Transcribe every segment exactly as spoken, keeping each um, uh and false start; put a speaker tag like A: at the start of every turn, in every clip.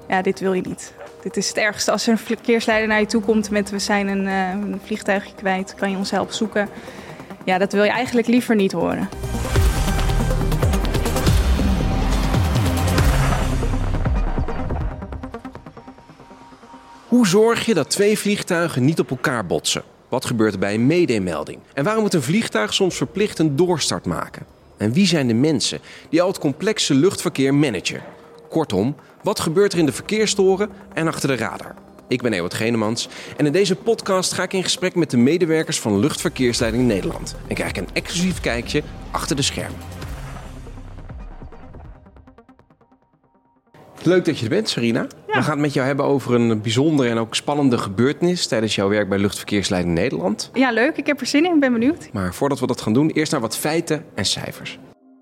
A: ja, dit wil je niet. Dit is het ergste. Als er een verkeersleider naar je toe komt met we zijn een, uh, een vliegtuigje kwijt, kan je ons helpen zoeken. Ja, dat wil je eigenlijk liever niet horen.
B: Hoe zorg je dat twee vliegtuigen niet op elkaar botsen? Wat gebeurt er bij een mayday-melding? En waarom moet een vliegtuig soms verplicht een doorstart maken? En wie zijn de mensen die al het complexe luchtverkeer managen? Kortom, wat gebeurt er in de verkeerstoren en achter de radar? Ik ben Ewout Genemans en in deze podcast ga ik in gesprek met de medewerkers van Luchtverkeersleiding Nederland. En krijg ik een exclusief kijkje achter de schermen. Leuk dat je er bent, Sarina. Ja. We gaan het met jou hebben over een bijzondere en ook spannende gebeurtenis tijdens jouw werk bij Luchtverkeersleiding Nederland.
A: Ja, leuk. Ik heb er zin in. Ik ben benieuwd.
B: Maar voordat we dat gaan doen, eerst naar wat feiten en cijfers.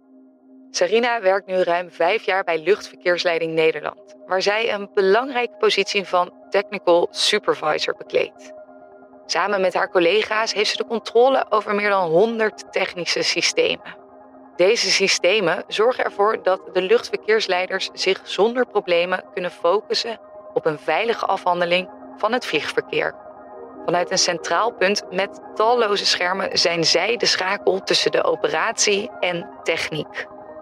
C: Sarina werkt nu ruim vijf jaar bij Luchtverkeersleiding Nederland, waar zij een belangrijke positie van Technical Supervisor bekleedt. Samen met haar collega's heeft ze de controle over meer dan honderd technische systemen. Deze systemen zorgen ervoor dat de luchtverkeersleiders zich zonder problemen kunnen focussen op een veilige afhandeling van het vliegverkeer. Vanuit een centraal punt met talloze schermen zijn zij de schakel tussen de operatie en techniek.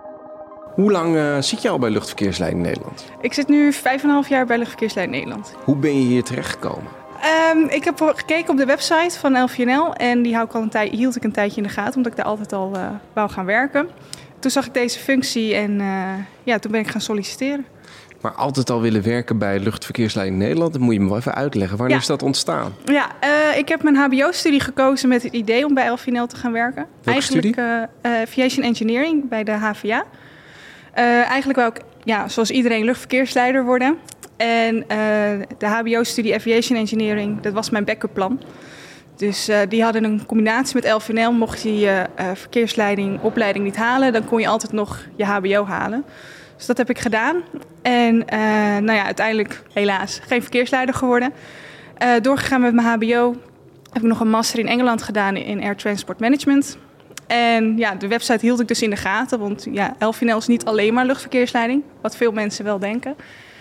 B: Hoe lang uh, zit je al bij Luchtverkeersleiding Nederland?
A: Ik zit nu vijf en een half jaar bij Luchtverkeersleiding Nederland.
B: Hoe ben je hier terechtgekomen?
A: Um, ik heb gekeken op de website van L V N L en die hou ik al een tij- hield ik een tijdje in de gaten, omdat ik daar altijd al uh, wou gaan werken. Toen zag ik deze functie en uh, ja, toen ben ik gaan solliciteren.
B: Maar altijd al willen werken bij Luchtverkeersleiding Nederland, dat moet je me wel even uitleggen. Wanneer
A: ja.
B: is dat ontstaan?
A: Ja, uh, ik heb mijn H B O-studie gekozen met het idee om bij L V N L te gaan werken.
B: Welke
A: eigenlijk,
B: studie?
A: Uh, uh, Aviation Engineering bij de H V A. Uh, eigenlijk wou ik, ja, zoals iedereen, luchtverkeersleider worden. En uh, de H B O-studie Aviation Engineering, dat was mijn backup plan. Dus uh, die hadden een combinatie met L V N L. Mocht je je uh, verkeersleiding, opleiding niet halen, dan kon je altijd nog je H B O halen. Dus dat heb ik gedaan. En uh, nou ja, uiteindelijk helaas geen verkeersleider geworden. Uh, doorgegaan met mijn H B O. Heb ik nog een master in Engeland gedaan in Air Transport Management. En ja, de website hield ik dus in de gaten. Want ja, L V N L is niet alleen maar luchtverkeersleiding. Wat veel mensen wel denken.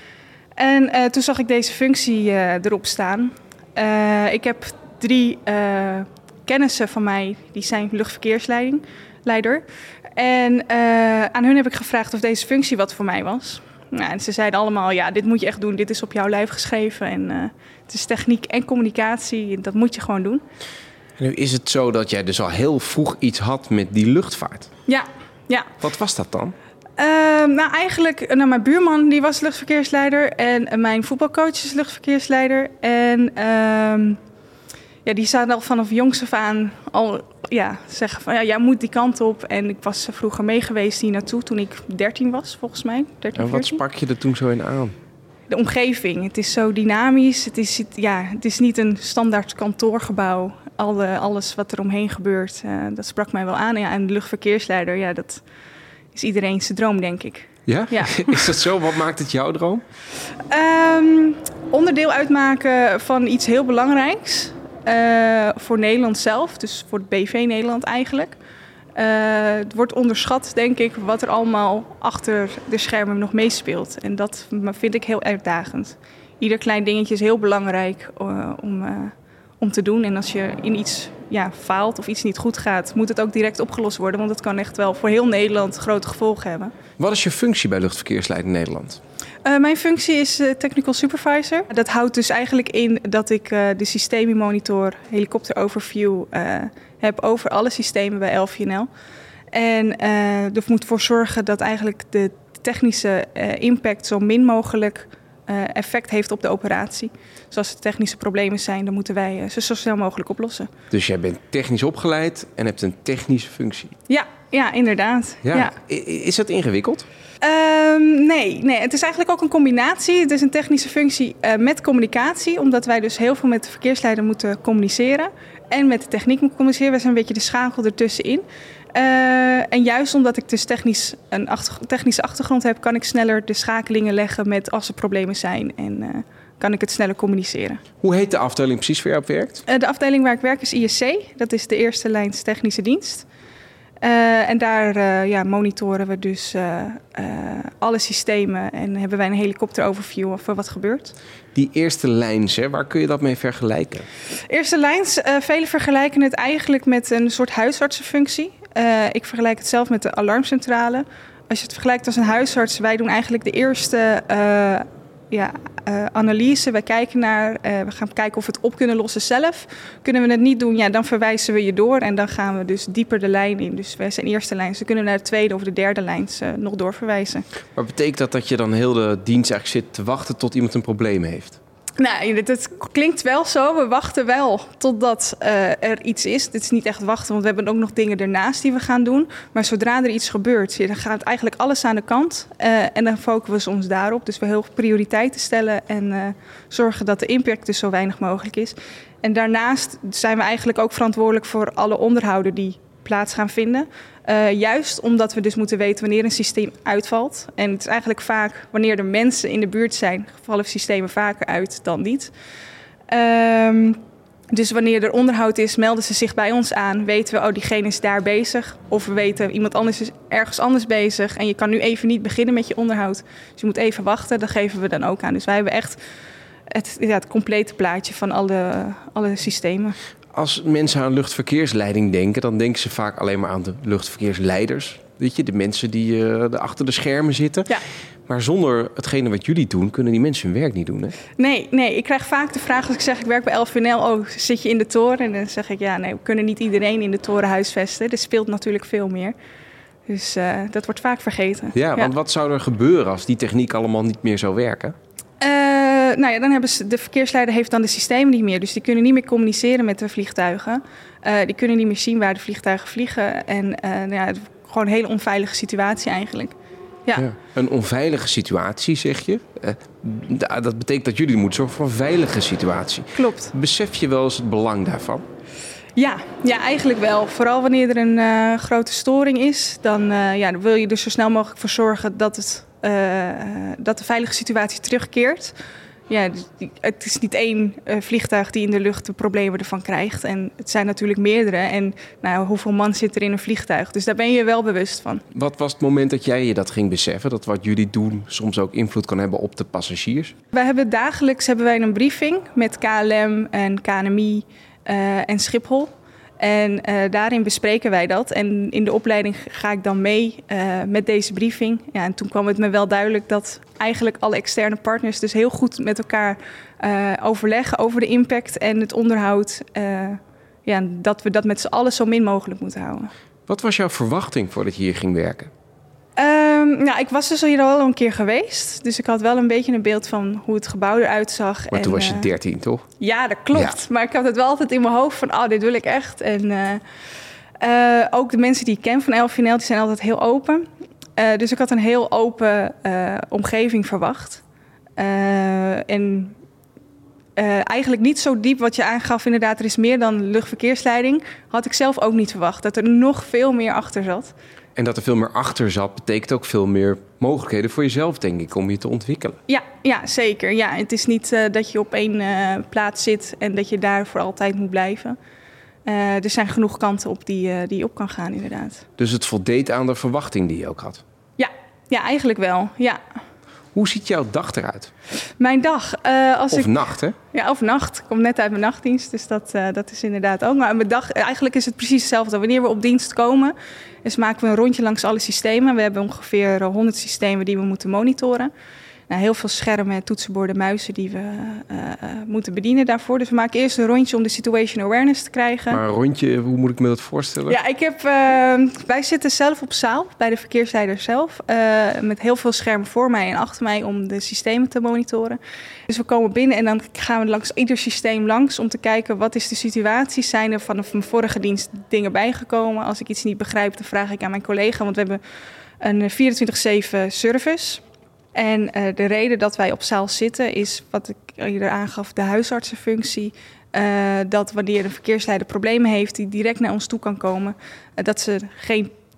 A: En uh, toen zag ik deze functie uh, erop staan. Uh, ik heb drie uh, kennissen van mij, die zijn luchtverkeersleider. En uh, aan hun heb ik gevraagd of deze functie wat voor mij was. Nou, en ze zeiden allemaal, ja, dit moet je echt doen. Dit is op jouw lijf geschreven. En uh, het is techniek en communicatie. Dat moet je gewoon doen.
B: Nu is het zo dat jij dus al heel vroeg iets had met die luchtvaart.
A: Ja, ja.
B: Wat was dat dan?
A: Uh, nou, eigenlijk, nou, mijn buurman die was luchtverkeersleider en uh, mijn voetbalcoach is luchtverkeersleider. En uh, ja, die zaten al vanaf jongs af aan al ja, zeggen van ja, jij moet die kant op. En ik was vroeger mee geweest hier naartoe toen ik dertien was, volgens mij. dertien,
B: en wat sprak je er toen zo in aan?
A: De omgeving. Het is zo dynamisch. Het is, ja, het is niet een standaard kantoorgebouw. Alle, alles wat er omheen gebeurt, uh, dat sprak mij wel aan. Ja, en de luchtverkeersleider, ja, dat is iedereen zijn droom, denk ik.
B: Ja? Ja. Is dat zo? Wat maakt het jouw droom?
A: Um, onderdeel uitmaken van iets heel belangrijks. Uh, voor Nederland zelf, dus voor het B V Nederland eigenlijk. Uh, het wordt onderschat, denk ik, wat er allemaal achter de schermen nog meespeelt. En dat vind ik heel uitdagend. Ieder klein dingetje is heel belangrijk uh, om, uh, om te doen. En als je in iets ja, faalt of iets niet goed gaat, moet het ook direct opgelost worden. Want het kan echt wel voor heel Nederland grote gevolgen hebben.
B: Wat is je functie bij Luchtverkeersleiding Nederland?
A: Uh, mijn functie is uh, Technical Supervisor. Dat houdt dus eigenlijk in dat ik uh, de systemenmonitor, helikopter overview uh, heb over alle systemen bij L V N L. En uh, er moet voor zorgen dat eigenlijk de technische uh, impact zo min mogelijk uh, effect heeft op de operatie. Dus als er technische problemen zijn, dan moeten wij uh, ze zo snel mogelijk oplossen.
B: Dus jij bent technisch opgeleid en hebt een technische functie?
A: Ja, ja inderdaad.
B: Ja.
A: Ja.
B: Is dat ingewikkeld?
A: Um, nee, nee, het is eigenlijk ook een combinatie. Het is een technische functie uh, met communicatie, omdat wij dus heel veel met de verkeersleider moeten communiceren. En met de techniek moeten communiceren. Wij zijn een beetje de schakel ertussenin. Uh, en juist omdat ik dus technisch een achter, technische achtergrond heb, kan ik sneller de schakelingen leggen met als er problemen zijn. En uh, kan ik het sneller communiceren.
B: Hoe heet de afdeling precies waar je op werkt?
A: Uh, de afdeling waar ik werk is I S C. Dat is de eerste lijns technische dienst. Uh, en daar uh, ja, monitoren we dus uh, uh, alle systemen en hebben wij een helikopteroverview of wat gebeurt.
B: Die eerste lijns, hè, waar kun je dat mee vergelijken?
A: Eerste lijns, uh, velen vergelijken het eigenlijk met een soort huisartsenfunctie. Uh, ik vergelijk het zelf met de alarmcentrale. Als je het vergelijkt als een huisarts, wij doen eigenlijk de eerste uh, ja, uh, analyse. Wij kijken naar, uh, we gaan kijken of we het op kunnen lossen zelf. Kunnen we het niet doen, ja, dan verwijzen we je door en dan gaan we dus dieper de lijn in. Dus wij zijn eerste lijn, dus kunnen we naar de tweede of de derde lijn uh, nog doorverwijzen.
B: Maar betekent dat dat je dan heel de dienst eigenlijk zit te wachten tot iemand een probleem heeft?
A: Nou, het klinkt wel zo. We wachten wel totdat uh, er iets is. Dit is niet echt wachten, want we hebben ook nog dingen ernaast die we gaan doen. Maar zodra er iets gebeurt, dan gaat eigenlijk alles aan de kant. Uh, en dan focussen we ons daarop. Dus we heel veel prioriteiten stellen en uh, zorgen dat de impact dus zo weinig mogelijk is. En daarnaast zijn we eigenlijk ook verantwoordelijk voor alle onderhouden die plaats gaan vinden. Uh, juist omdat we dus moeten weten wanneer een systeem uitvalt. En het is eigenlijk vaak wanneer er mensen in de buurt zijn, vallen systemen vaker uit dan niet. Um, dus wanneer er onderhoud is, melden ze zich bij ons aan. Weten we, oh, diegene is daar bezig. Of we weten, iemand anders is ergens anders bezig. En je kan nu even niet beginnen met je onderhoud. Dus je moet even wachten, dat geven we dan ook aan. Dus wij hebben echt het, ja, het complete plaatje van alle, alle systemen.
B: Als mensen aan luchtverkeersleiding denken, dan denken ze vaak alleen maar aan de luchtverkeersleiders. Weet je, de mensen die uh, achter de schermen zitten.
A: Ja.
B: Maar zonder hetgene wat jullie doen, kunnen die mensen hun werk niet doen, hè?
A: Nee, nee, ik krijg vaak de vraag als ik zeg ik werk bij L V N L. Oh, zit je in de toren? En dan zeg ik ja, nee, we kunnen niet iedereen in de toren huisvesten. Er speelt natuurlijk veel meer. Dus uh, dat wordt vaak vergeten.
B: Ja, want ja. Wat zou er gebeuren als die techniek allemaal niet meer zou werken?
A: Uh, nou ja, dan hebben ze, de verkeersleider heeft dan de systemen niet meer. Dus die kunnen niet meer communiceren met de vliegtuigen. Uh, die kunnen niet meer zien waar de vliegtuigen vliegen. En uh, nou ja, gewoon een hele onveilige situatie eigenlijk. Ja.
B: Ja, een onveilige situatie, zeg je. Uh, dat betekent dat jullie moeten zorgen voor een veilige situatie.
A: Klopt.
B: Besef je wel eens het belang daarvan?
A: Ja, ja, eigenlijk wel. Vooral wanneer er een uh, grote storing is, dan, uh, ja, dan wil je er zo snel mogelijk voor zorgen dat, het, uh, dat de veilige situatie terugkeert. Ja, het is niet één uh, vliegtuig die in de lucht de problemen ervan krijgt. En het zijn natuurlijk meerdere. En nou, hoeveel man zit er in een vliegtuig? Dus daar ben je wel bewust van.
B: Wat was het moment dat jij je dat ging beseffen? Dat wat jullie doen soms ook invloed kan hebben op de passagiers?
A: Wij hebben dagelijks hebben wij een briefing met K L M en K N M I uh, en Schiphol. En uh, daarin bespreken wij dat. En in de opleiding ga ik dan mee uh, met deze briefing. Ja, en toen kwam het me wel duidelijk dat eigenlijk alle externe partners dus heel goed met elkaar uh, overleggen over de impact en het onderhoud. Uh, ja, dat we dat met z'n allen zo min mogelijk moeten houden.
B: Wat was jouw verwachting voordat je hier ging werken?
A: Um, nou, ik was dus hier al een keer geweest. Dus ik had wel een beetje een beeld van hoe het gebouw eruit zag.
B: Maar toen
A: en,
B: was je dertien, toch?
A: Ja, dat klopt. Ja. Maar ik had het wel altijd in mijn hoofd van, oh, dit wil ik echt. En uh, uh, ook de mensen die ik ken van L V N L, die zijn altijd heel open. Uh, dus ik had een heel open uh, omgeving verwacht. Uh, en uh, eigenlijk niet zo diep wat je aangaf. Inderdaad, er is meer dan luchtverkeersleiding. Had ik zelf ook niet verwacht. Dat er nog veel meer achter zat.
B: En dat er veel meer achter zat, betekent ook veel meer mogelijkheden voor jezelf, denk ik, om je te ontwikkelen.
A: Ja, ja zeker. Ja, het is niet uh, dat je op één uh, plaats zit en dat je daar voor altijd moet blijven. Uh, er zijn genoeg kanten op die, uh, die je op kan gaan, inderdaad.
B: Dus het voldeed aan de verwachting die je ook had?
A: Ja, ja eigenlijk wel, ja.
B: Hoe ziet jouw dag eruit?
A: Mijn dag? Uh, als
B: of
A: ik...
B: nacht, hè?
A: Ja, of nacht. Ik kom net uit mijn nachtdienst, dus dat, uh, dat is inderdaad ook. Maar mijn dag, eigenlijk is het precies hetzelfde. Wanneer we op dienst komen, dus maken we een rondje langs alle systemen. We hebben ongeveer honderd systemen die we moeten monitoren. Nou, heel veel schermen, toetsenborden, muizen die we uh, uh, moeten bedienen daarvoor. Dus we maken eerst een rondje om de situation awareness te krijgen.
B: Maar een rondje, hoe moet ik me dat voorstellen?
A: Ja, ik heb, uh, wij zitten zelf op zaal, bij de verkeersleider zelf. Uh, met heel veel schermen voor mij en achter mij om de systemen te monitoren. Dus we komen binnen en dan gaan we langs ieder systeem langs om te kijken wat is de situatie. Zijn er vanaf mijn vorige dienst dingen bijgekomen? Als ik iets niet begrijp, dan vraag ik aan mijn collega. Want we hebben een vierentwintig zeven service. En uh, de reden dat wij op zaal zitten is, wat ik eerder aangaf, de huisartsenfunctie. Uh, dat wanneer een verkeersleider problemen heeft die direct naar ons toe kan komen, uh, dat ze geen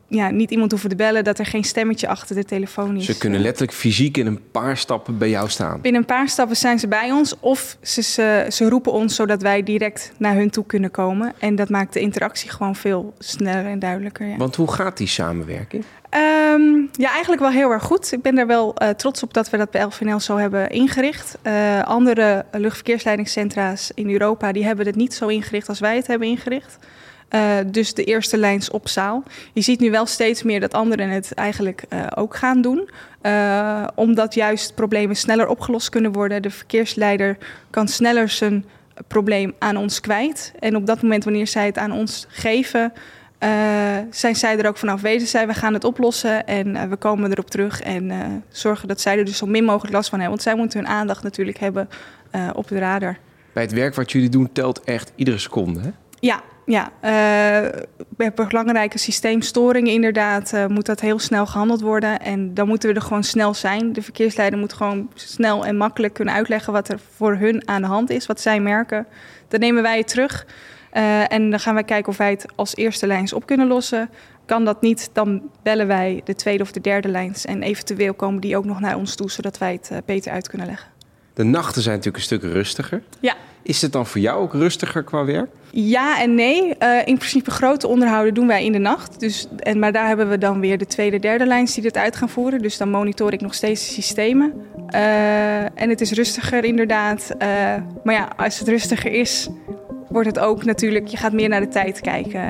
A: ja, niet iemand hoeven te bellen, dat er geen stemmetje achter de telefoon is.
B: Ze kunnen letterlijk fysiek in een paar stappen bij jou staan.
A: Binnen een paar stappen zijn ze bij ons of ze, ze, ze roepen ons zodat wij direct naar hun toe kunnen komen. En dat maakt de interactie gewoon veel sneller en duidelijker. Ja.
B: Want hoe gaat die samenwerking?
A: Um, ja, eigenlijk wel heel erg goed. Ik ben er wel uh, trots op dat we dat bij L V N L zo hebben ingericht. Uh, andere luchtverkeersleidingscentra's in Europa die hebben het niet zo ingericht als wij het hebben ingericht. Uh, dus de eerste lijns op zaal. Je ziet nu wel steeds meer dat anderen het eigenlijk uh, ook gaan doen. Uh, omdat juist problemen sneller opgelost kunnen worden. De verkeersleider kan sneller zijn probleem aan ons kwijt. En op dat moment, wanneer zij het aan ons geven, uh, zijn zij er ook van afwezig. Zij, we gaan het oplossen en uh, we komen erop terug. En uh, zorgen dat zij er dus zo min mogelijk last van hebben. Want zij moeten hun aandacht natuurlijk hebben uh, op de radar.
B: Bij het werk wat jullie doen telt echt iedere seconde, hè?
A: Ja. Ja, uh, bij belangrijke systeemstoringen inderdaad uh, moet dat heel snel gehandeld worden. En dan moeten we er gewoon snel zijn. De verkeersleider moet gewoon snel en makkelijk kunnen uitleggen wat er voor hun aan de hand is, wat zij merken. Dan nemen wij het terug uh, en dan gaan wij kijken of wij het als eerste lijns op kunnen lossen. Kan dat niet, dan bellen wij de tweede of de derde lijns en eventueel komen die ook nog naar ons toe, zodat wij het uh, beter uit kunnen leggen.
B: De nachten zijn natuurlijk een stuk rustiger.
A: Ja.
B: Is het dan voor jou ook rustiger qua werk?
A: Ja en nee. Uh, in principe grote onderhouden doen wij in de nacht. Dus, en, maar daar hebben we dan weer de tweede, derde lijns die dit uit gaan voeren. Dus dan monitor ik nog steeds de systemen. Uh, en het is rustiger inderdaad. Uh, maar ja, als het rustiger is, wordt het ook natuurlijk, je gaat meer naar de tijd kijken.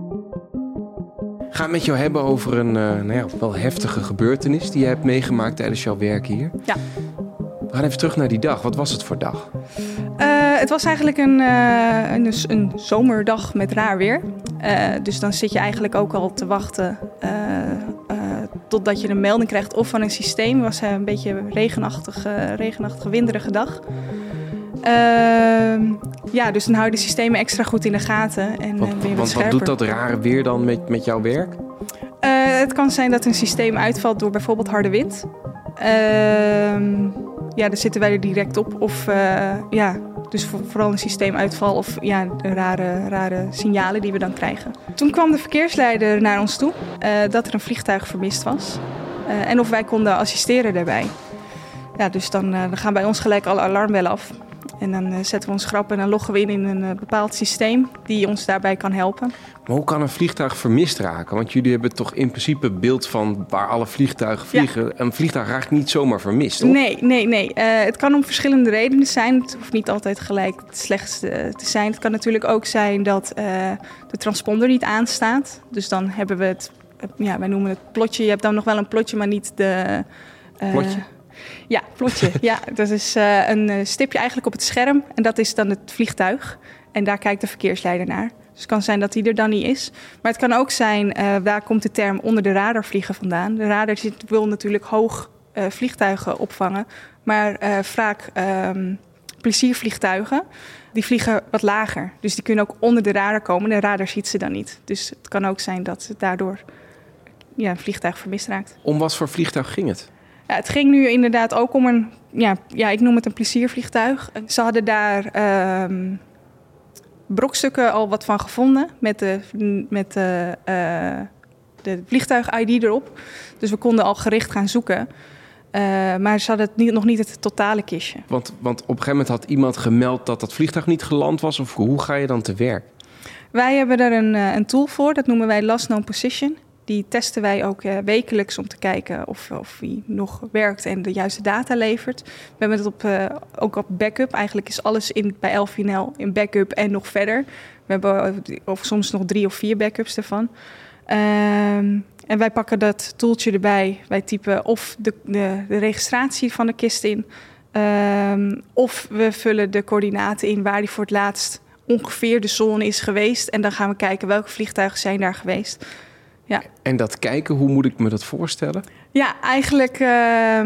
B: Ik ga het met jou hebben over een uh, nou ja, wel heftige gebeurtenis die je hebt meegemaakt tijdens jouw werk hier.
A: Ja.
B: We gaan even terug naar die dag. Wat was het voor dag?
A: Uh, het was eigenlijk een, uh, een, een zomerdag met raar weer. Uh, dus dan zit je eigenlijk ook al te wachten uh, uh, totdat je een melding krijgt of van een systeem. Het was een beetje een regenachtige, regenachtige, winderige dag. Uh, ja, dus dan hou je de systemen extra goed in de gaten. En,
B: want,
A: uh, ben je
B: want wat doet dat rare weer dan met, met jouw werk?
A: Uh, het kan zijn dat een systeem uitvalt door bijvoorbeeld harde wind. Uh, ja, daar zitten wij er direct op. Of uh, ja, dus voor, vooral een systeemuitval of ja, de rare, rare signalen die we dan krijgen. Toen kwam de verkeersleider naar ons toe uh, dat er een vliegtuig vermist was. Uh, en of wij konden assisteren daarbij. Ja, dus dan, uh, dan gaan bij ons gelijk alle alarmbellen af. En dan uh, zetten we ons grap en dan loggen we in in een uh, bepaald systeem die ons daarbij kan helpen.
B: Maar hoe kan een vliegtuig vermist raken? Want jullie hebben toch in principe beeld van waar alle vliegtuigen vliegen. Ja. Een vliegtuig raakt niet zomaar vermist, toch?
A: Nee, nee, nee. Uh, het kan om verschillende redenen zijn. Het hoeft niet altijd gelijk het slechtste te zijn. Het kan natuurlijk ook zijn dat uh, de transponder niet aanstaat. Dus dan hebben we het, ja, wij noemen het plotje. Je hebt dan nog wel een plotje, maar niet de... Uh,
B: plotje?
A: Ja, plotje. Ja, dat is uh, een stipje eigenlijk op het scherm. En dat is dan het vliegtuig. En daar kijkt de verkeersleider naar. Dus het kan zijn dat die er dan niet is. Maar het kan ook zijn, uh, daar komt de term onder de radar vliegen vandaan. De radar zit, wil natuurlijk hoog uh, vliegtuigen opvangen. Maar uh, vaak um, pleziervliegtuigen, die vliegen wat lager. Dus die kunnen ook onder de radar komen. De radar ziet ze dan niet. Dus het kan ook zijn dat het daardoor ja, een vliegtuig vermist raakt.
B: Om wat voor vliegtuig ging het?
A: Ja, het ging nu inderdaad ook om een, ja, ja, ik noem het een pleziervliegtuig. Ze hadden daar um, brokstukken al wat van gevonden met de, met de, uh, de vliegtuig-I D erop. Dus we konden al gericht gaan zoeken. Uh, maar ze hadden het niet, nog niet het totale kistje.
B: Want, want op een gegeven moment had iemand gemeld dat dat vliegtuig niet geland was. Of hoe ga je dan te werk?
A: Wij hebben er een, een tool voor, dat noemen wij Last Known Position. Die testen wij ook uh, wekelijks om te kijken of, of die nog werkt en de juiste data levert. We hebben het op, uh, ook op backup. Eigenlijk is alles in, bij L V N L in backup en nog verder. We hebben of soms nog drie of vier backups ervan. Um, en wij pakken dat tooltje erbij. Wij typen of de, de, de registratie van de kist in. Um, of we vullen de coördinaten in waar die voor het laatst ongeveer de zone is geweest. En dan gaan we kijken welke vliegtuigen zijn daar geweest. Ja.
B: En dat kijken, hoe moet ik me dat voorstellen?
A: Ja, eigenlijk, uh,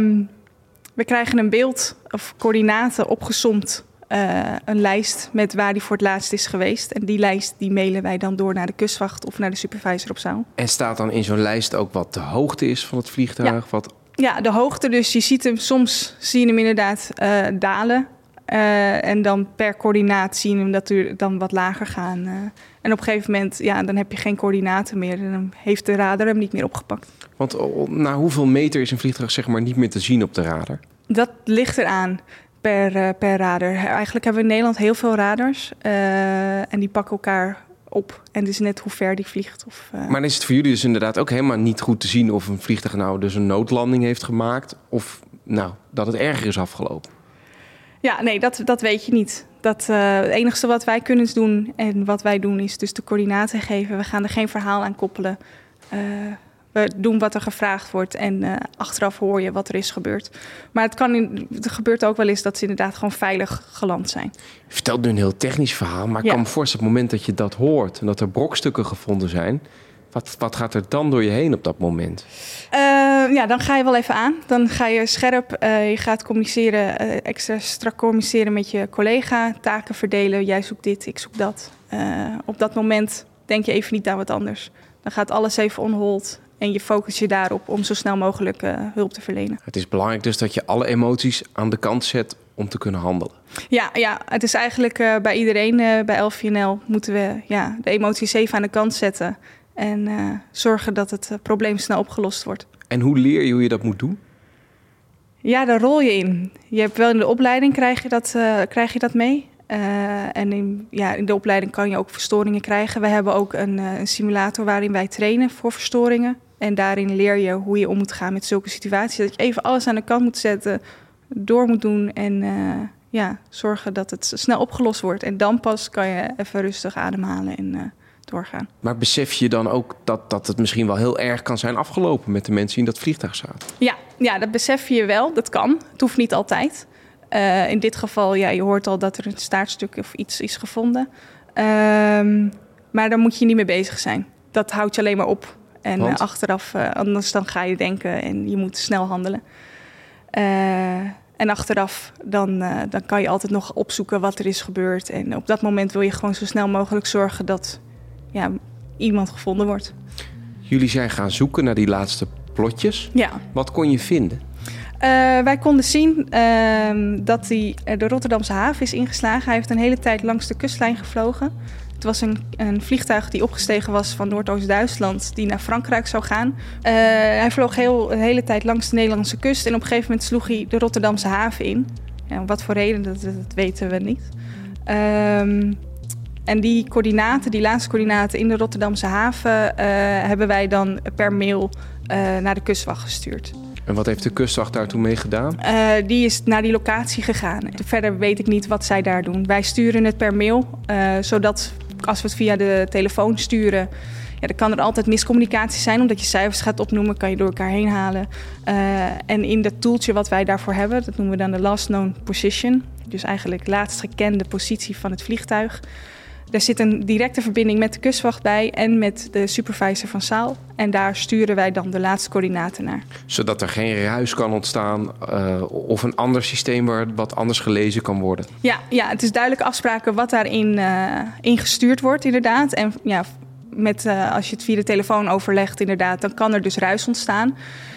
A: we krijgen een beeld of coördinaten opgesomd. Uh, een lijst met waar die voor het laatst is geweest. En die lijst die mailen wij dan door naar de kustwacht of naar de supervisor op zaal.
B: En staat dan in zo'n lijst ook wat de hoogte is van het vliegtuig?
A: Ja,
B: wat...
A: ja de hoogte. Dus je ziet hem, soms zie je hem inderdaad uh, dalen. Uh, en dan per coördinaat zien we hem dat we dan wat lager gaan. Uh, En op een gegeven moment, ja, dan heb je geen coördinaten meer. En dan heeft de radar hem niet meer opgepakt.
B: Want na hoeveel meter is een vliegtuig zeg maar niet meer te zien op de radar?
A: Dat ligt eraan per, uh, per radar. Eigenlijk hebben we in Nederland heel veel radars. Uh, en die pakken elkaar op. En het is net hoe ver die vliegt. Of, uh...
B: Maar dan is het voor jullie dus inderdaad ook helemaal niet goed te zien of een vliegtuig nou dus een noodlanding heeft gemaakt of nou dat het erger is afgelopen?
A: Ja, nee, dat, dat weet je niet. Dat, uh, het enige wat wij kunnen doen en wat wij doen is dus de coördinaten geven. We gaan er geen verhaal aan koppelen. Uh, we doen wat er gevraagd wordt en uh, achteraf hoor je wat er is gebeurd. Maar het, kan in, het gebeurt ook wel eens dat ze inderdaad gewoon veilig geland zijn.
B: Je vertelt nu een heel technisch verhaal, maar ik
A: ja.
B: kan me voorstellen op het moment dat je dat hoort en dat er brokstukken gevonden zijn, wat, wat gaat er dan door je heen op dat moment?
A: Uh, ja, dan ga je wel even aan. Dan ga je scherp, uh, je gaat communiceren, uh, extra strak communiceren met je collega, taken verdelen. Jij zoekt dit, ik zoek dat. Uh, op dat moment denk je even niet aan wat anders. Dan gaat alles even on hold en je focus je daarop om zo snel mogelijk uh, hulp te verlenen.
B: Het is belangrijk dus dat je alle emoties aan de kant zet om te kunnen handelen.
A: Ja, ja, het is eigenlijk uh, bij iedereen, uh, bij L V N L moeten we ja, de emoties even aan de kant zetten. En uh, zorgen dat het uh, probleem snel opgelost wordt.
B: En hoe leer je hoe je dat moet doen?
A: Ja, daar rol je in. Je hebt wel in de opleiding krijg je dat, uh, krijg je dat mee. Uh, en in, ja, in de opleiding kan je ook verstoringen krijgen. We hebben ook een, uh, een simulator waarin wij trainen voor verstoringen. En daarin leer je hoe je om moet gaan met zulke situaties. Dat je even alles aan de kant moet zetten, door moet doen en uh, ja, zorgen dat het snel opgelost wordt. En dan pas kan je even rustig ademhalen en uh, doorgaan.
B: Maar besef je dan ook dat, dat het misschien wel heel erg kan zijn afgelopen met de mensen die in dat vliegtuig zaten? Ja,
A: ja, dat besef je wel. Dat kan. Het hoeft niet altijd. Uh, in dit geval, ja, je hoort al dat er een staartstuk of iets is gevonden. Um, maar daar moet je niet mee bezig zijn. Dat houdt je alleen maar op. En uh, achteraf, uh, anders dan ga je denken en je moet snel handelen. Uh, en achteraf, dan, uh, dan kan je altijd nog opzoeken wat er is gebeurd. En op dat moment wil je gewoon zo snel mogelijk zorgen dat ja, iemand gevonden wordt.
B: Jullie zijn gaan zoeken naar die laatste plotjes.
A: Ja.
B: Wat kon je vinden?
A: Uh, wij konden zien uh, dat hij de Rotterdamse haven is ingeslagen. Hij heeft een hele tijd langs de kustlijn gevlogen. Het was een, een vliegtuig die opgestegen was van Noordoost-Duitsland, die naar Frankrijk zou gaan. Uh, hij vloog heel, de hele tijd langs de Nederlandse kust en op een gegeven moment sloeg hij de Rotterdamse haven in. Ja, om wat voor reden, dat, dat weten we niet. Um, en die coördinaten, die laatste coördinaten in de Rotterdamse haven, uh, hebben wij dan per mail uh, naar de kustwacht gestuurd.
B: En wat heeft de kustwacht daartoe mee gedaan?
A: Uh, die is naar die locatie gegaan. Verder weet ik niet wat zij daar doen. Wij sturen het per mail, uh, zodat als we het via de telefoon sturen, ja, dan kan er altijd miscommunicatie zijn. Omdat je cijfers gaat opnoemen, kan je door elkaar heen halen. Uh, en in dat tooltje wat wij daarvoor hebben, dat noemen we dan de last known position. Dus eigenlijk laatst gekende positie van het vliegtuig. Daar zit een directe verbinding met de kustwacht bij en met de supervisor van S A L. En daar sturen wij dan de laatste coördinaten naar. Zodat
B: er geen ruis kan ontstaan uh, of een ander systeem waar wat anders gelezen kan worden?
A: Ja, ja, het is duidelijke afspraken wat daarin uh, ingestuurd wordt inderdaad. En ja, met, uh, als je het via de telefoon overlegt inderdaad, dan kan er dus ruis ontstaan.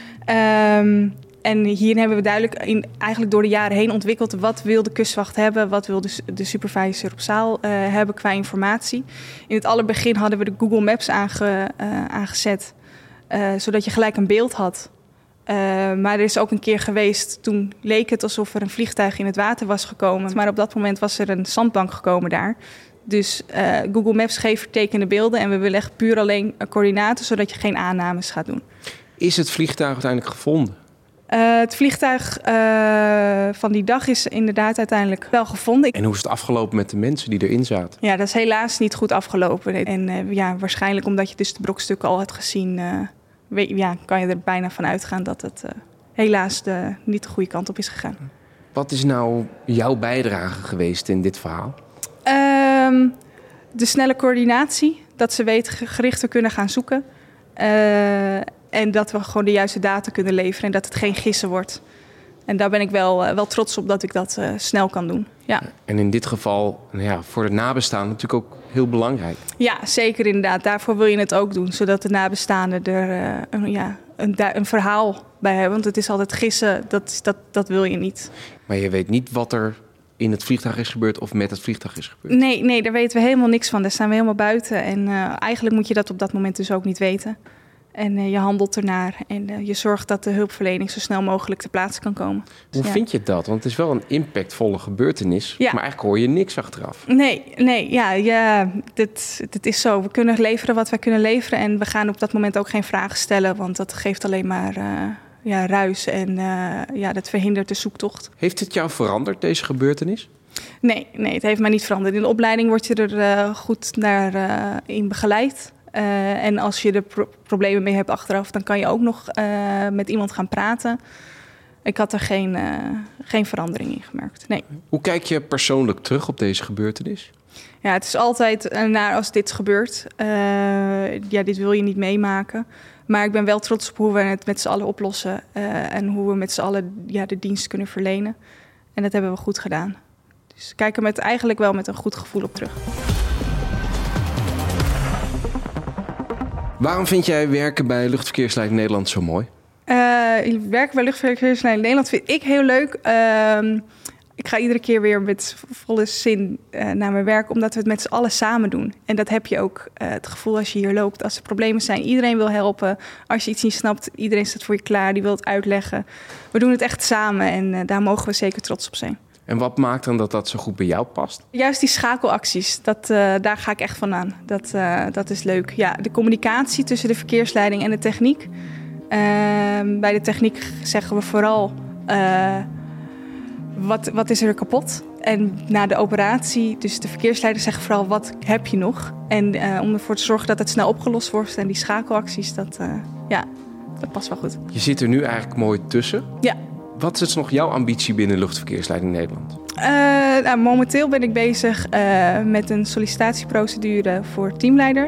A: Um, En hier hebben we duidelijk in, eigenlijk door de jaren heen ontwikkeld wat wil de kustwacht hebben, wat wil de, de supervisor op S A L uh, hebben qua informatie. In het allerbegin hadden we de Google Maps aange, uh, aangezet, uh, zodat je gelijk een beeld had. Uh, maar er is ook een keer geweest, toen leek het alsof er een vliegtuig in het water was gekomen. Maar op dat moment was er een zandbank gekomen daar. Dus uh, Google Maps geeft vertekende beelden en we willen echt puur alleen coördinaten, zodat je geen aannames gaat doen.
B: Is het vliegtuig uiteindelijk gevonden?
A: Uh, het vliegtuig uh, van die dag is inderdaad uiteindelijk wel gevonden.
B: En hoe is het afgelopen met de mensen die erin zaten?
A: Ja, dat is helaas niet goed afgelopen. En uh, ja, waarschijnlijk omdat je dus de brokstukken al had gezien, uh, weet, ja, kan je er bijna van uitgaan dat het uh, helaas de, niet de goede kant op is gegaan.
B: Wat is nou jouw bijdrage geweest in dit verhaal?
A: Uh, de snelle coördinatie, dat ze weten gerichter kunnen gaan zoeken. Uh, En dat we gewoon de juiste data kunnen leveren en dat het geen gissen wordt. En daar ben ik wel, uh, wel trots op dat ik dat uh, snel kan doen. Ja.
B: En in dit geval nou ja, voor de nabestaanden natuurlijk ook heel belangrijk.
A: Ja, zeker inderdaad. Daarvoor wil je het ook doen. Zodat de nabestaanden er uh, een, ja, een, een verhaal bij hebben. Want het is altijd gissen, dat, dat, dat wil je niet.
B: Maar je weet niet wat er in het vliegtuig is gebeurd of met het vliegtuig is gebeurd?
A: Nee, nee, daar weten we helemaal niks van. Daar staan we helemaal buiten. En uh, eigenlijk moet je dat op dat moment dus ook niet weten. En uh, je handelt ernaar. En uh, je zorgt dat de hulpverlening zo snel mogelijk ter plaatse kan komen.
B: Hoe
A: dus,
B: vind
A: ja.
B: je dat? Want het is wel een impactvolle gebeurtenis.
A: Ja.
B: Maar eigenlijk hoor je niks achteraf.
A: Nee, nee, ja, ja dit, dit is zo. We kunnen leveren wat wij kunnen leveren. En we gaan op dat moment ook geen vragen stellen. Want dat geeft alleen maar uh, ja, ruis. En uh, ja, dat verhindert de zoektocht.
B: Heeft het jou veranderd, deze gebeurtenis?
A: Nee, nee, het heeft mij niet veranderd. In de opleiding word je er uh, goed naar uh, in begeleid. Uh, en als je er pro- problemen mee hebt achteraf, dan kan je ook nog uh, met iemand gaan praten. Ik had er geen, uh, geen verandering in gemerkt, nee.
B: Hoe kijk je persoonlijk terug op deze gebeurtenis?
A: Ja, het is altijd uh, naar als dit gebeurt. Uh, ja, dit wil je niet meemaken. Maar ik ben wel trots op hoe we het met z'n allen oplossen. Uh, en hoe we met z'n allen ja, de dienst kunnen verlenen. En dat hebben we goed gedaan. Dus ik kijk er met, eigenlijk wel met een goed gevoel op terug.
B: Waarom vind jij werken bij Luchtverkeersleiding Nederland zo mooi?
A: Uh, werken bij Luchtverkeersleiding Nederland vind ik heel leuk. Uh, ik ga iedere keer weer met volle zin uh, naar mijn werk, omdat we het met z'n allen samen doen. En dat heb je ook uh, het gevoel als je hier loopt. Als er problemen zijn, iedereen wil helpen. Als je iets niet snapt, iedereen staat voor je klaar, die wil het uitleggen. We doen het echt samen en uh, daar mogen we zeker trots op zijn.
B: En wat maakt dan dat dat zo goed bij jou past?
A: Juist die schakelacties, dat, uh, daar ga ik echt van aan. Dat, uh, dat is leuk. Ja, de communicatie tussen de verkeersleiding en de techniek. Uh, bij de techniek zeggen we vooral, uh, wat, wat is er kapot? En na de operatie, dus de verkeersleiders zeggen vooral, wat heb je nog? En uh, om ervoor te zorgen dat het snel opgelost wordt. En die schakelacties, dat, uh, ja, dat past wel goed.
B: Je zit er nu eigenlijk mooi tussen.
A: Ja.
B: Wat is nog jouw ambitie binnen Luchtverkeersleiding Nederland?
A: Uh, nou, momenteel ben ik bezig uh, met een sollicitatieprocedure voor teamleider.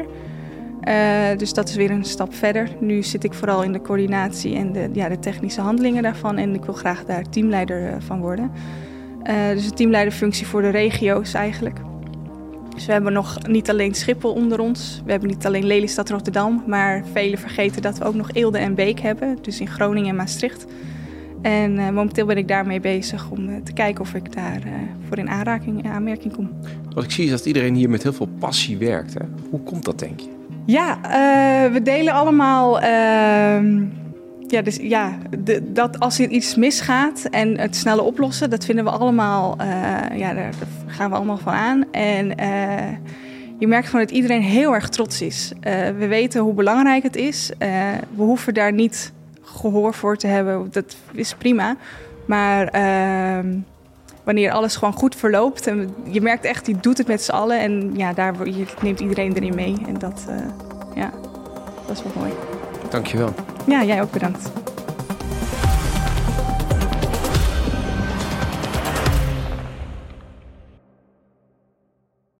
A: Uh, dus dat is weer een stap verder. Nu zit ik vooral in de coördinatie en de, ja, de technische handelingen daarvan. En ik wil graag daar teamleider uh, van worden. Uh, dus een teamleiderfunctie voor de regio's eigenlijk. Dus we hebben nog niet alleen Schiphol onder ons. We hebben niet alleen Lelystad, Rotterdam. Maar velen vergeten dat we ook nog Eelde en Beek hebben. Dus in Groningen en Maastricht. En uh, momenteel ben ik daarmee bezig om uh, te kijken of ik daar uh, voor in aanraking, in aanmerking kom.
B: Wat ik zie is dat iedereen hier met heel veel passie werkt. Hè? Hoe komt dat, denk je?
A: Ja, uh, we delen allemaal... Uh, ja, dus, ja de, dat als er iets misgaat en het snelle oplossen, dat vinden we allemaal... Uh, ja, daar, daar gaan we allemaal van aan. En uh, je merkt gewoon dat iedereen heel erg trots is. Uh, we weten hoe belangrijk het is. Uh, we hoeven daar niet... gehoor voor te hebben, dat is prima. Maar uh, wanneer alles gewoon goed verloopt... en je merkt echt, die doet het met z'n allen... en ja, daar je neemt iedereen erin mee. En dat, uh, ja, dat is wel mooi.
B: Dankjewel.
A: Ja, jij ook bedankt.